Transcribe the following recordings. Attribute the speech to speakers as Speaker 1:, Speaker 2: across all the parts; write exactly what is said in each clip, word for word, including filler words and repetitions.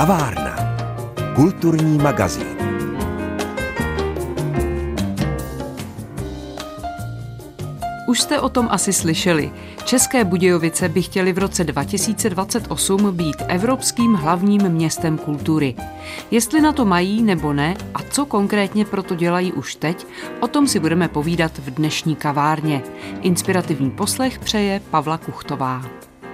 Speaker 1: Kavárna. Kulturní magazín.
Speaker 2: Už jste o tom asi slyšeli. České Budějovice by chtěly v roce dva tisíce dvacet osm být evropským hlavním městem kultury. Jestli na to mají nebo ne a co konkrétně proto dělají už teď, o tom si budeme povídat v dnešní kavárně. Inspirativní poslech přeje Pavla Kuchtová.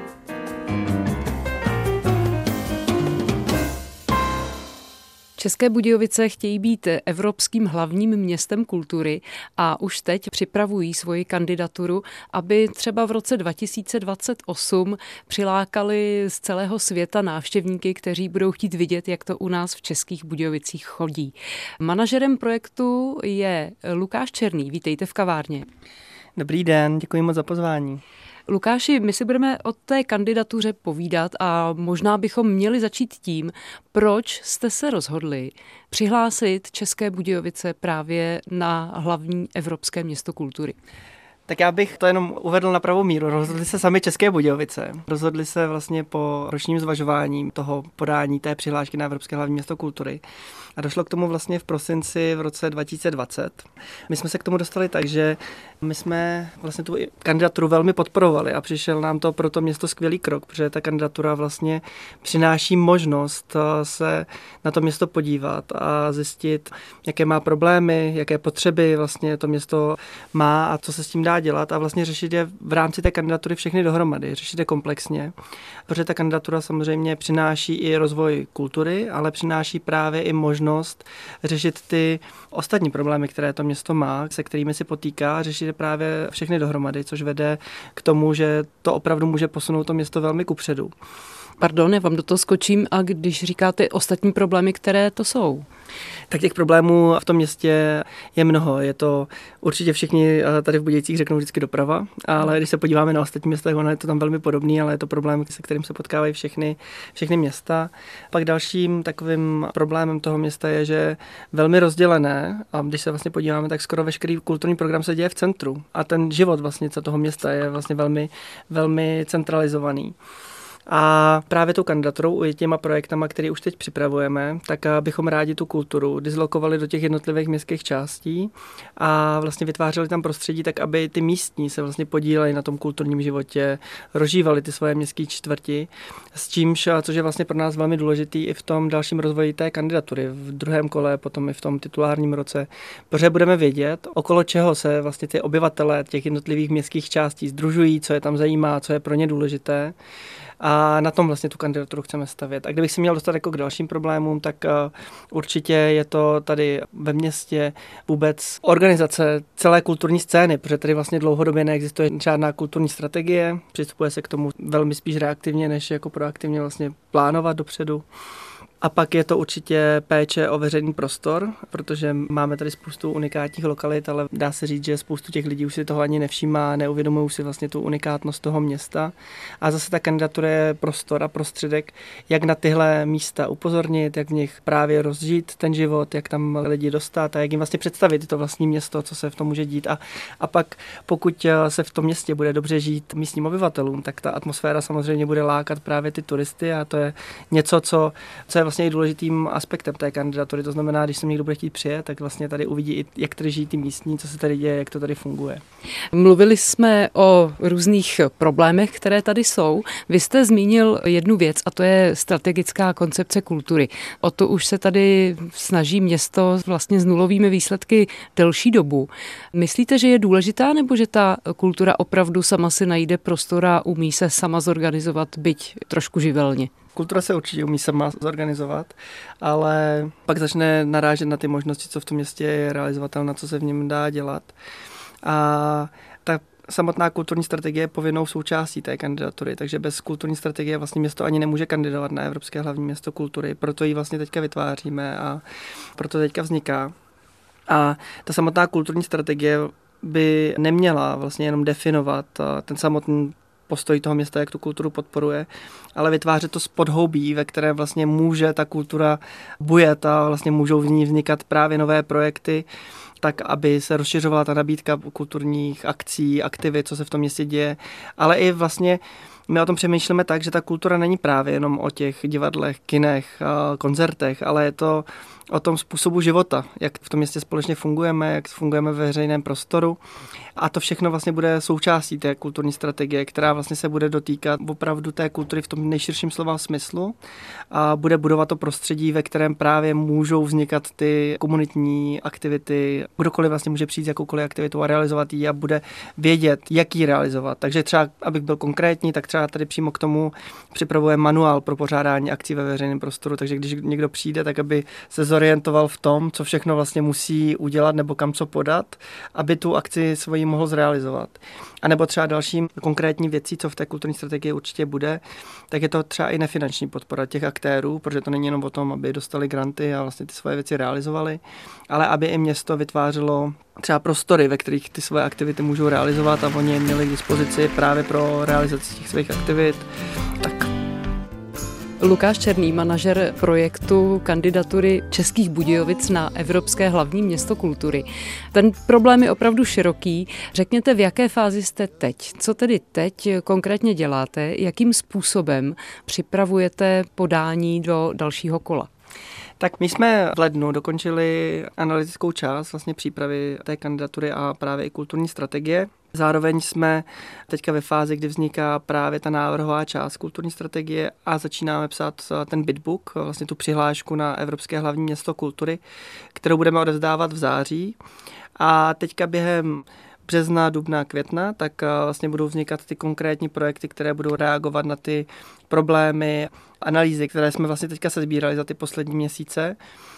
Speaker 2: České Budějovice chtějí být evropským hlavním městem kultury a už teď připravují svoji kandidaturu, aby třeba v roce dva tisíce dvacet osm přilákali z celého světa návštěvníky, kteří budou chtít vidět, jak to u nás v Českých Budějovicích chodí. Manažerem projektu je Lukáš Černý. Vítejte v kavárně.
Speaker 3: Dobrý den, děkuji moc za pozvání.
Speaker 2: Lukáši, my si budeme o té kandidatuře povídat a možná bychom měli začít tím, proč jste se rozhodli přihlásit České Budějovice právě na hlavní evropské město kultury.
Speaker 3: Tak já bych to jenom uvedl na pravou míru. Rozhodli se sami České Budějovice. Rozhodli se vlastně po ročním zvažování toho podání té přihlášky na Evropské hlavní město kultury. A došlo k tomu vlastně v prosinci v roce dva tisíce dvacet. My jsme se k tomu dostali tak, že my jsme vlastně tu kandidaturu velmi podporovali a přišel nám to pro to město skvělý krok, protože ta kandidatura vlastně přináší možnost se na to město podívat a zjistit, jaké má problémy, jaké potřeby vlastně to město má a co se s tím dá dělat a vlastně řešit je v rámci té kandidatury všechny dohromady, řešit je komplexně, protože ta kandidatura samozřejmě přináší i rozvoj kultury, ale přináší právě i možnost řešit ty ostatní problémy, které to město má, se kterými si potýká, řešit je právě všechny dohromady, což vede k tomu, že to opravdu může posunout to město velmi kupředu.
Speaker 2: Pardon, já vám do toho skočím a když říkáte ostatní problémy, které to jsou?
Speaker 3: Tak těch problémů v tom městě je mnoho. Je to určitě všichni tady v Budějcích řeknou vždycky doprava, ale když se podíváme na ostatní města, ono je to tam velmi podobný, ale je to problém, se kterým se potkávají všechny, všechny města. Pak dalším takovým problémem toho města je, že je velmi rozdělené a když se vlastně podíváme, tak skoro veškerý kulturní program se děje v centru a ten život vlastně toho města je vlastně velmi, velmi centralizovaný. A právě tou kandidaturou i těma projektama, které už teď připravujeme, tak bychom rádi tu kulturu dislokovali do těch jednotlivých městských částí a vlastně vytvářeli tam prostředí tak, aby ty místní se vlastně podíleli na tom kulturním životě, rozžívali ty svoje městské čtvrti, s čímž, což je vlastně pro nás velmi důležitý i v tom dalším rozvoji té kandidatury, v druhém kole, potom i v tom titulárním roce, protože budeme vědět, okolo čeho se vlastně ty obyvatelé těch jednotlivých městských částí sdružují, co je tam zajímá, co je pro ně důležité. A na tom vlastně tu kandidaturu chceme stavět. A kdybych si měl dostat jako k dalším problémům, tak uh, určitě je to tady ve městě vůbec organizace celé kulturní scény, protože tady vlastně dlouhodobě neexistuje žádná kulturní strategie. Přistupuje se k tomu velmi spíš reaktivně, než jako proaktivně vlastně plánovat dopředu. A pak je to určitě péče o veřejný prostor, protože máme tady spoustu unikátních lokalit, ale dá se říct, že spoustu těch lidí už si toho ani nevšímá, neuvědomují si vlastně tu unikátnost toho města. A zase ta kandidatura je prostor a prostředek, jak na tyhle místa upozornit, jak v nich právě rozžít ten život, jak tam lidi dostat a jak jim vlastně představit to vlastní město, co se v tom může dít. A, a pak pokud se v tom městě bude dobře žít místním obyvatelům, tak ta atmosféra samozřejmě bude lákat právě ty turisty a to je něco, co, co je vlastně i důležitým aspektem té kandidatury. To znamená, když se někdo bude chtít přijet, tak vlastně tady uvidí, jak tady žijí ty místní, co se tady děje, jak to tady funguje.
Speaker 2: Mluvili jsme o různých problémech, které tady jsou. Vy jste zmínil jednu věc a to je strategická koncepce kultury. O to už se tady snaží město vlastně s nulovými výsledky delší dobu. Myslíte, že je důležitá nebo že ta kultura opravdu sama si najde prostor a umí se sama zorganizovat, byť trošku živelně?
Speaker 3: Kultura se určitě umí sama zorganizovat, ale pak začne narážet na ty možnosti, co v tom městě je realizovatelné, co se v něm dá dělat. A ta samotná kulturní strategie je povinnou součástí té kandidatury, takže bez kulturní strategie vlastně město ani nemůže kandidovat na Evropské hlavní město kultury, proto ji vlastně teďka vytváříme a proto teďka vzniká. A ta samotná kulturní strategie by neměla vlastně jenom definovat ten samotný postoj toho města, jak tu kulturu podporuje, ale vytvářet to z podhoubí, ve které vlastně může ta kultura bujet a vlastně můžou v ní vznikat právě nové projekty, tak aby se rozšiřovala ta nabídka kulturních akcí, aktivit, co se v tom městě děje, ale i vlastně My o tom přemýšlíme tak, že ta kultura není právě jenom o těch divadlech, kinech, koncertech, ale je to o tom způsobu života, jak v tom městě společně fungujeme, jak fungujeme ve veřejném prostoru. A to všechno vlastně bude součástí té kulturní strategie, která vlastně se bude dotýkat opravdu té kultury v tom nejširším slova smyslu a bude budovat to prostředí, ve kterém právě můžou vznikat ty komunitní aktivity. Kdokoliv vlastně může přijít s jakoukoliv aktivitou a realizovat ji a bude vědět, jak ji realizovat. Takže třeba, abych byl konkrétní, tak třeba tady přímo k tomu připravuje manuál pro pořádání akcí ve veřejném prostoru, takže když někdo přijde, tak aby se zorientoval v tom, co všechno vlastně musí udělat nebo kam co podat, aby tu akci svoji mohl zrealizovat. A nebo třeba dalším konkrétní věcí, co v té kulturní strategii určitě bude, tak je to třeba i nefinanční podpora těch aktérů, protože to není jenom o tom, aby dostali granty a vlastně ty svoje věci realizovali, ale aby i město vytvářelo třeba prostory, ve kterých ty svoje aktivity můžou realizovat a oni měli k dispozici právě pro realizaci těch svých aktivit. Tak.
Speaker 2: Lukáš Černý, manažer projektu kandidatury Českých Budějovic na Evropské hlavní město kultury. Ten problém je opravdu široký. Řekněte, v jaké fázi jste teď? Co tedy teď konkrétně děláte? Jakým způsobem připravujete podání do dalšího kola?
Speaker 3: Tak my jsme v lednu dokončili analytickou část vlastně přípravy té kandidatury a právě i kulturní strategie. Zároveň jsme teďka ve fázi, kdy vzniká právě ta návrhová část kulturní strategie a začínáme psát ten bitbook, vlastně tu přihlášku na Evropské hlavní město kultury, kterou budeme odevzdávat v září. A teďka během března, dubna, května, tak vlastně budou vznikat ty konkrétní projekty, které budou reagovat na ty problémy, analýzy, které jsme vlastně teďka sesbírali za ty poslední měsíce.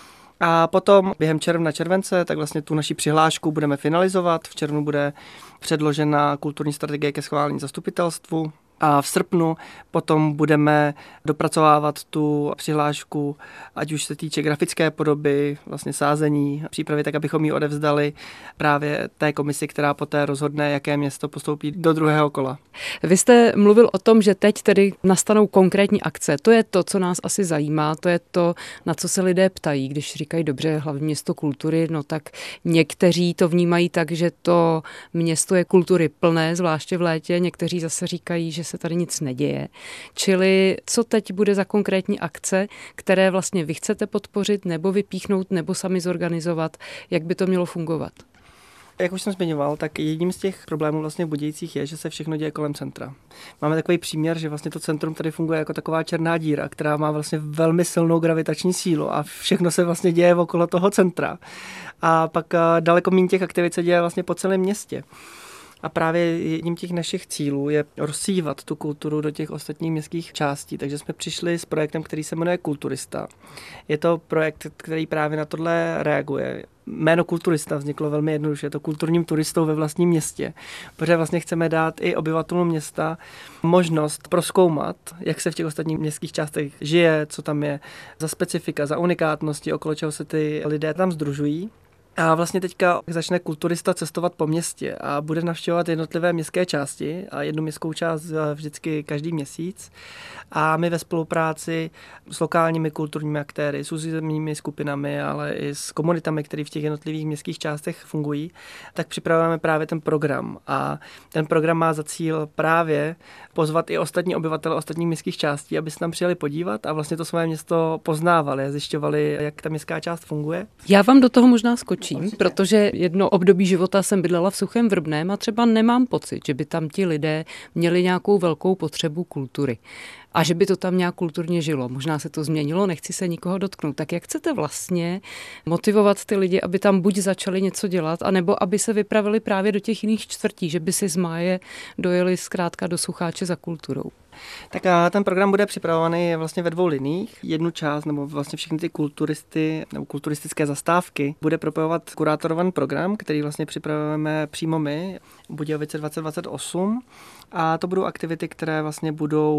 Speaker 3: A potom během června, července, tak vlastně tu naši přihlášku budeme finalizovat. V červnu bude předložena kulturní strategie ke schválení zastupitelstvu. A v srpnu potom budeme dopracovávat tu přihlášku, ať už se týče grafické podoby, vlastně sázení, přípravy, tak abychom ji odevzdali právě té komisi, která poté rozhodne, jaké město postoupí do druhého kola.
Speaker 2: Vy jste mluvil o tom, že teď tedy nastanou konkrétní akce. To je to, co nás asi zajímá, to je to, na co se lidé ptají, když říkají dobře hlavní město kultury, no tak někteří to vnímají tak, že to město je kultury plné, zvláště v létě, někteří zase říkají, že se tady nic neděje. Čili co teď bude za konkrétní akce, které vlastně vy chcete podpořit nebo vypíchnout nebo sami zorganizovat, jak by to mělo fungovat?
Speaker 3: Jak už jsem zmiňoval, tak jedním z těch problémů vlastně v Budějcích je, že se všechno děje kolem centra. Máme takový příměr, že vlastně to centrum tady funguje jako taková černá díra, která má vlastně velmi silnou gravitační sílu a všechno se vlastně děje okolo toho centra. A pak daleko méně těch aktivit se děje vlastně po celém městě. A právě jedním těch našich cílů je rozsívat tu kulturu do těch ostatních městských částí. Takže jsme přišli s projektem, který se jmenuje Kulturista. Je to projekt, který právě na tohle reaguje. Jméno Kulturista vzniklo velmi jednoduše, je to kulturním turistou ve vlastním městě, protože vlastně chceme dát i obyvatelům města možnost prozkoumat, jak se v těch ostatních městských částech žije, co tam je za specifika, za unikátnosti, okolo čeho se ty lidé tam sdružují. A vlastně teďka začne kulturista cestovat po městě a bude navštěvovat jednotlivé městské části a jednu městskou část vždycky každý měsíc. A my ve spolupráci s lokálními kulturními aktéry, s územními skupinami, ale i s komunitami, které v těch jednotlivých městských částech fungují, tak připravujeme právě ten program. A ten program má za cíl právě pozvat i ostatní obyvatele ostatních městských částí, aby se tam přijeli podívat a vlastně to své město poznávali a zjišťovali, jak ta městská část funguje.
Speaker 2: Já vám do toho možná skočím, protože jedno období života jsem bydlela v Suchém Vrbném a třeba nemám pocit, že by tam ti lidé měli nějakou velkou potřebu kultury. A že by to tam nějak kulturně žilo. Možná se to změnilo, nechci se nikoho dotknout. Tak jak chcete vlastně motivovat ty lidi, aby tam buď začali něco dělat, anebo aby se vypravili právě do těch jiných čtvrtí, že by si z Máje dojeli zkrátka do Sucháče za kulturou?
Speaker 3: Tak a ten program bude připravovaný vlastně ve dvou liních. Jednu část, nebo vlastně všechny ty kulturisty nebo kulturistické zastávky bude propojovat kurátorovaný program, který vlastně připravujeme přímo my, Budějovice dvacet dvacet osm. A to budou aktivity, které vlastně budou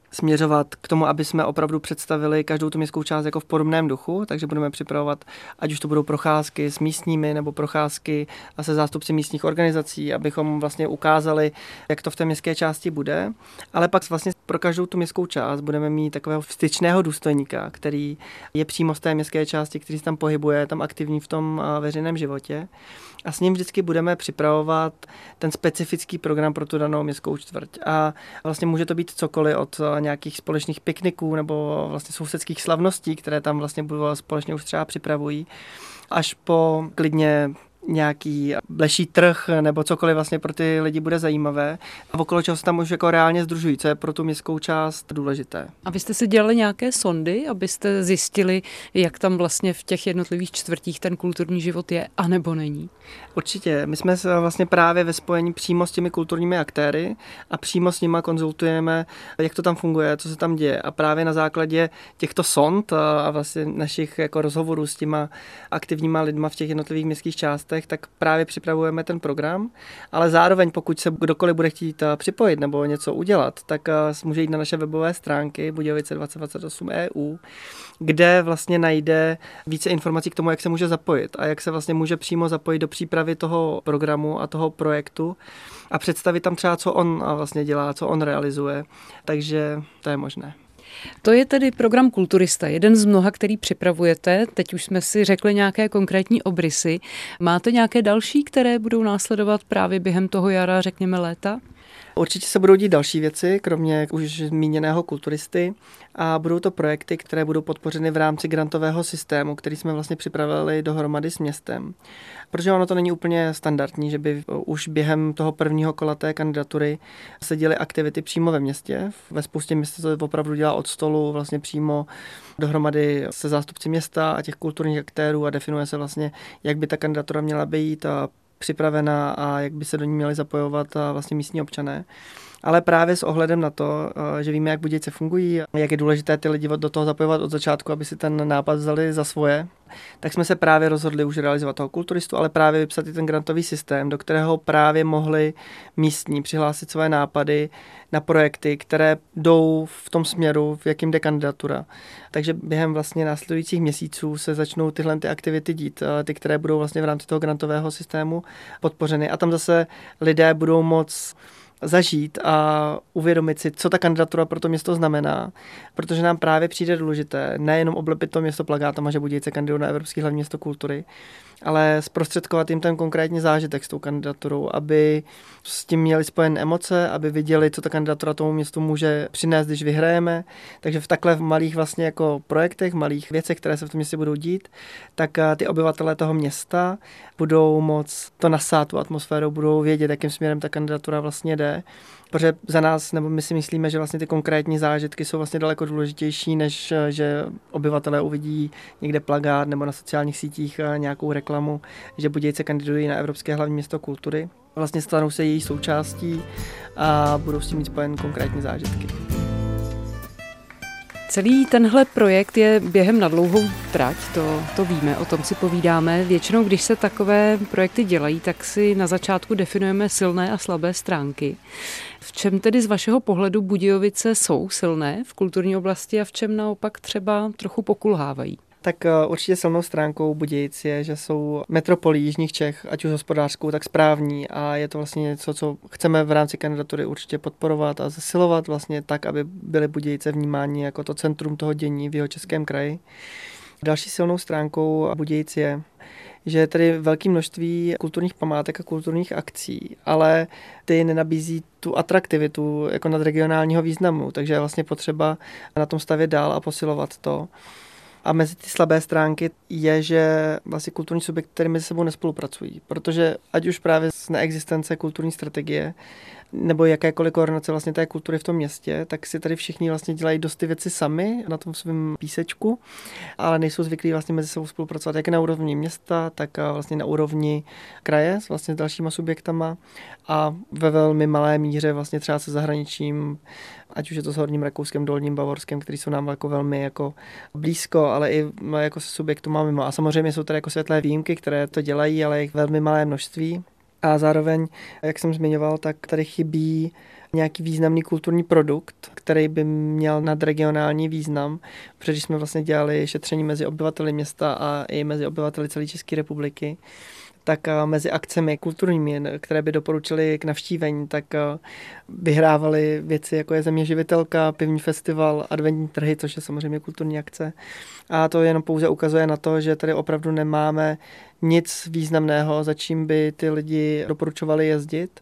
Speaker 3: směřovat k tomu, aby jsme opravdu představili každou tu městskou část jako v podobném duchu, takže budeme připravovat, ať už to budou procházky s místními nebo procházky a se zástupci místních organizací, abychom vlastně ukázali, jak to v té městské části bude, ale pak vlastně pro každou tu městskou část budeme mít takového styčného důstojníka, který je přímo z té městské části, který se tam pohybuje, tam aktivní v tom veřejném životě. A s ním vždycky budeme připravovat ten specifický program pro tu danou městskou čtvrť. A vlastně může to být cokoliv od nějakých společných pikniků nebo vlastně sousedských slavností, které tam vlastně společně už třeba připravují, až po klidně nějaký bleší trh nebo cokoliv vlastně pro ty lidi bude zajímavé a okolo čeho se tam už jako reálně sdružují, co je pro tu městskou část důležité.
Speaker 2: A vy jste si dělali nějaké sondy, abyste zjistili, jak tam vlastně v těch jednotlivých čtvrtích ten kulturní život je, anebo není?
Speaker 3: Určitě. My jsme vlastně právě ve spojení přímo s těmi kulturními aktéry a přímo s nima konzultujeme, jak to tam funguje, co se tam děje. A právě na základě těchto sond a vlastně našich jako rozhovorů s těma aktivníma lidma v těch jednotlivých městských částech, tak právě připravujeme ten program, ale zároveň pokud se kdokoliv bude chtít připojit nebo něco udělat, tak může jít na naše webové stránky Budějovice dvacet dvacet osm E U, kde vlastně najde více informací k tomu, jak se může zapojit a jak se vlastně může přímo zapojit do přípravy toho programu a toho projektu a představit tam třeba, co on vlastně dělá, co on realizuje, takže to je možné.
Speaker 2: To je tedy program Kulturista, jeden z mnoha, který připravujete. Teď už jsme si řekli nějaké konkrétní obrysy. Máte nějaké další, které budou následovat právě během toho jara, řekněme léta?
Speaker 3: Určitě se budou dít další věci, kromě už zmíněného Kulturisty a budou to projekty, které budou podpořeny v rámci grantového systému, který jsme vlastně připravili dohromady s městem. Protože ono to není úplně standardní, že by už během toho prvního kola té kandidatury se děly aktivity přímo ve městě. Ve spoustě měst se to opravdu dělá od stolu, vlastně přímo dohromady se zástupci města a těch kulturních aktérů a definuje se vlastně, jak by ta kandidatura měla být a připravená a jak by se do ní měli zapojovat vlastně místní občané. Ale právě s ohledem na to, že víme, jak Budějce fungují, jak je důležité ty lidi do toho zapojovat od začátku, aby si ten nápad vzali za svoje, tak jsme se právě rozhodli už realizovat toho Kulturistu, ale právě vypsat i ten grantový systém, do kterého právě mohli místní přihlásit své nápady na projekty, které jdou v tom směru, v jakým jde kandidatura. Takže během vlastně následujících měsíců se začnou tyhle ty aktivity dít, ty, které budou vlastně v rámci toho grantového systému podpořeny. A tam zase lidé budou moc zažít a uvědomit si, co ta kandidatura pro to město znamená, protože nám právě přijde důležité nejenom oblepit to město plakátama, že Budějce kandiduje na Evropský hlavní město kultury, ale zprostředkovat jim ten konkrétní zážitek s tou kandidaturou, aby s tím měli spojené emoce, aby viděli, co ta kandidatura tomu městu může přinést, když vyhrajeme. Takže v takhle v malých vlastně jako projektech, malých věcech, které se v tom městě budou dít, tak ty obyvatelé toho města budou moc to nasát tu atmosféru, budou vědět, jakým směrem ta kandidatura vlastně jde. Protože za nás, nebo my si myslíme, že vlastně ty konkrétní zážitky jsou vlastně daleko důležitější, než že obyvatelé uvidí někde plakát nebo na sociálních sítích nějakou reklamu, že Budějce kandidují na Evropské hlavní město kultury. Vlastně stanou se její součástí a budou s tím mít spojen konkrétní zážitky.
Speaker 2: Celý tenhle projekt je během na dlouhou trať, to, to víme, o tom si povídáme. Většinou, když se takové projekty dělají, tak si na začátku definujeme silné a slabé stránky. V čem tedy z vašeho pohledu Budějovice jsou silné v kulturní oblasti a v čem naopak třeba trochu pokulhávají?
Speaker 3: Tak určitě silnou stránkou Budějic je, že jsou metropolí jižních Čech, ať už hospodářskou, tak správní a je to vlastně něco, co chceme v rámci kandidatury určitě podporovat a zesilovat vlastně tak, aby byly Budějice vnímáni jako to centrum toho dění v Jihočeském kraji. Další silnou stránkou Budějic je, že je tady velké množství kulturních památek a kulturních akcí, ale ty nenabízí tu atraktivitu jako nadregionálního významu, takže je vlastně potřeba na tom stavět dál a posilovat to. A mezi ty slabé stránky je, že vlastně kulturní subjekty, které mezi sebou nespolupracují, protože ať už právě z neexistence kulturní strategie nebo jakékoliv koordinace vlastně té kultury v tom městě, tak si tady všichni vlastně dělají dost ty věci sami na tom svém písečku, ale nejsou zvyklí vlastně mezi sebou spolupracovat jak na úrovni města, tak vlastně na úrovni kraje s vlastně s dalšíma subjektama a ve velmi malé míře vlastně třeba se zahraničím, ať už je to s Horním Rakouskem, Dolním Bavorskem, který jsou nám jako velmi jako blízko, ale i jako se subjektů máme mimo. A samozřejmě jsou tady jako světlé výjimky, které to dělají, ale je velmi malé množství. A zároveň, jak jsem zmiňoval, tak tady chybí nějaký významný kulturní produkt, který by měl nadregionální význam, protože když jsme vlastně dělali šetření mezi obyvateli města a i mezi obyvateli celé České republiky, tak mezi akcemi kulturními, které by doporučili k navštívení, tak vyhrávaly věci, jako je Země živitelka, pivní festival, adventní trhy, což je samozřejmě kulturní akce. A to jenom pouze ukazuje na to, že tady opravdu nemáme nic významného, za čím by ty lidi doporučovali jezdit.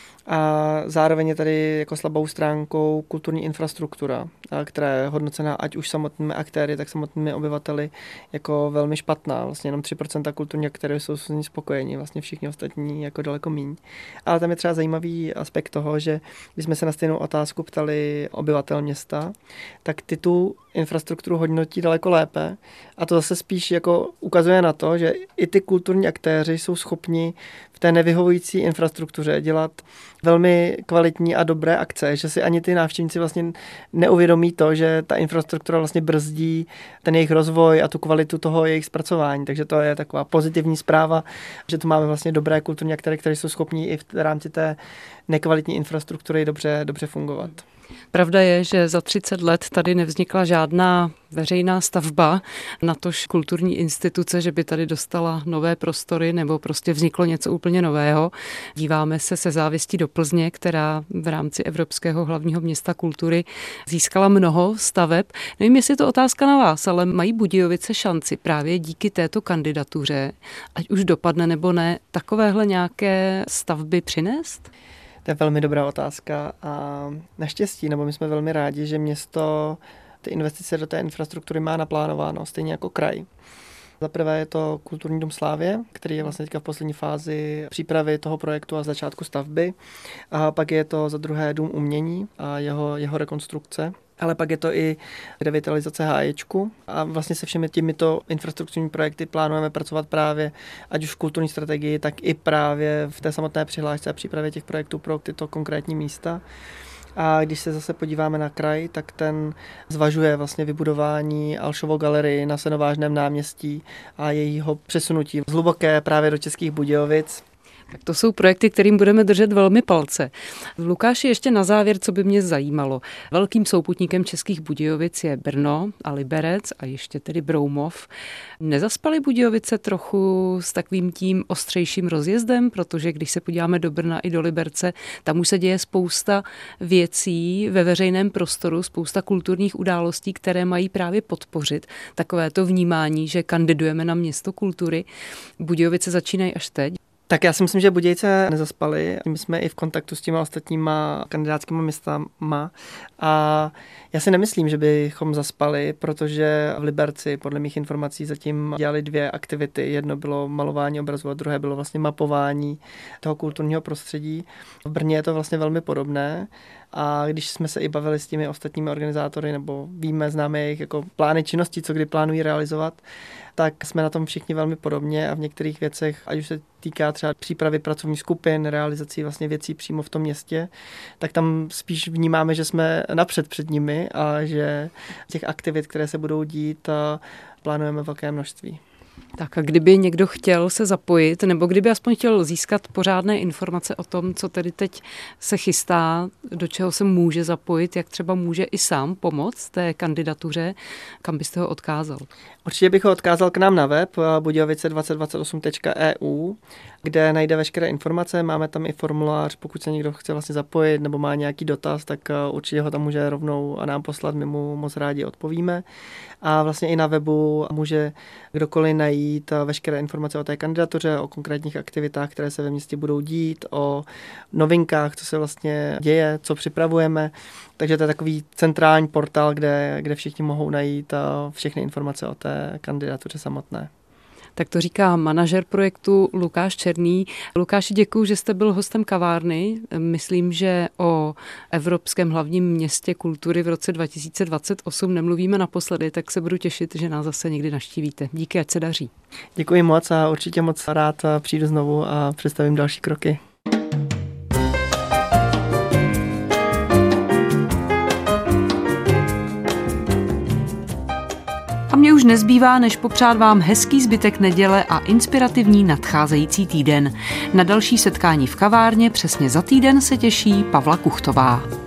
Speaker 3: A zároveň je tady jako slabou stránkou kulturní infrastruktura, která je hodnocena ať už samotnými aktéry, tak samotnými obyvateli jako velmi špatná. Vlastně jenom tři procenta kulturní aktéry jsou s ní spokojení, vlastně všichni ostatní jako daleko míň. Ale tam je třeba zajímavý aspekt toho, že když jsme se na stejnou otázku ptali obyvatel města, tak ty tu infrastrukturu hodnotí daleko lépe. A to zase spíš jako ukazuje na to, že i ty kulturní aktéři jsou schopni v té nevyhovující infrastruktuře dělat velmi kvalitní a dobré akce, že si ani ty návštěvníci vlastně neuvědomí to, že ta infrastruktura vlastně brzdí ten jejich rozvoj a tu kvalitu toho jejich zpracování. Takže to je taková pozitivní zpráva, že tu máme vlastně dobré kulturní aktéry, které jsou schopni i v rámci té nekvalitní infrastruktury dobře, dobře fungovat.
Speaker 2: Pravda je, že za třicet let tady nevznikla žádná veřejná stavba, natož kulturní instituce, že by tady dostala nové prostory nebo prostě vzniklo něco úplně nového. Díváme se se závistí do Plzně, která v rámci Evropského hlavního města kultury získala mnoho staveb. Nevím, jestli je to otázka na vás, ale mají Budějovice šanci právě díky této kandidatuře, ať už dopadne nebo ne, takovéhle nějaké stavby přinést?
Speaker 3: To je velmi dobrá otázka a naštěstí, nebo my jsme velmi rádi, že město ty investice do té infrastruktury má naplánováno, stejně jako kraj. Za prvé je to Kulturní dům Slávě, který je vlastně teďka v poslední fázi přípravy toho projektu a začátku stavby. A pak je to za druhé Dům umění a jeho, jeho rekonstrukce. Ale pak je to i revitalizace háječku a vlastně se všemi těmito infrastrukturními projekty plánujeme pracovat právě ať už v kulturní strategii, tak i právě v té samotné přihlášce a přípravě těch projektů pro tyto konkrétní místa. A když se zase podíváme na kraj, tak ten zvažuje vlastně vybudování Alšovo galerii na Senovážném náměstí a jejího přesunutí z Hluboké právě do Českých Budějovic.
Speaker 2: Tak to jsou projekty, kterým budeme držet velmi palce. Lukáši, ještě na závěr, co by mě zajímalo. Velkým souputníkem Českých Budějovic je Brno a Liberec a ještě tedy Broumov. Nezaspaly Budějovice trochu s takovým tím ostřejším rozjezdem, protože když se podíváme do Brna i do Liberce, tam už se děje spousta věcí ve veřejném prostoru, spousta kulturních událostí, které mají právě podpořit takovéto vnímání, že kandidujeme na město kultury. Budějovice začínají až teď.
Speaker 3: Tak já si myslím, že Budějce nezaspaly. My jsme i v kontaktu s těma ostatníma kandidátskými městama a já si nemyslím, že bychom zaspali, protože v Liberci podle mých informací zatím dělali dvě aktivity. Jedno bylo malování obrazu a druhé bylo vlastně mapování toho kulturního prostředí. V Brně je to vlastně velmi podobné. A když jsme se i bavili s těmi ostatními organizátory, nebo víme, známe jejich jako plány činností, co kdy plánují realizovat, tak jsme na tom všichni velmi podobně a v některých věcech, ať už se týká třeba přípravy pracovních skupin, realizací vlastně věcí přímo v tom městě, tak tam spíš vnímáme, že jsme napřed před nimi a že těch aktivit, které se budou dít, plánujeme velké množství.
Speaker 2: Tak a kdyby někdo chtěl se zapojit, nebo kdyby aspoň chtěl získat pořádné informace o tom, co tedy teď se chystá, do čeho se může zapojit, jak třeba může i sám pomoct té kandidatuře, kam byste ho odkázal?
Speaker 3: Určitě bych ho odkázal k nám na web budějovice dvacet dvacet osm tečka e u, kde najde veškeré informace. Máme tam i formulář, pokud se někdo chce vlastně zapojit nebo má nějaký dotaz, tak určitě ho tam může rovnou a nám poslat, my mu moc rádi odpovíme. A vlastně i na webu může kdokoliv najít veškeré informace o té kandidatuře, o konkrétních aktivitách, které se ve městě budou dít, o novinkách, co se vlastně děje, co připravujeme. Takže to je takový centrální portál, kde, kde všichni mohou najít všechny informace o té kandidatuře samotné.
Speaker 2: Tak to říká manažer projektu Lukáš Černý. Lukáši, děkuji, že jste byl hostem kavárny. Myslím, že o Evropském hlavním městě kultury v roce dva tisíce dvacet osm nemluvíme naposledy, tak se budu těšit, že nás zase někdy navštívíte. Díky, ať se daří.
Speaker 3: Děkuji moc a určitě moc rád přijdu znovu a představím další kroky.
Speaker 2: A mě už nezbývá, než popřát vám hezký zbytek neděle a inspirativní nadcházející týden. Na další setkání v kavárně přesně za týden se těší Pavla Kuchtová.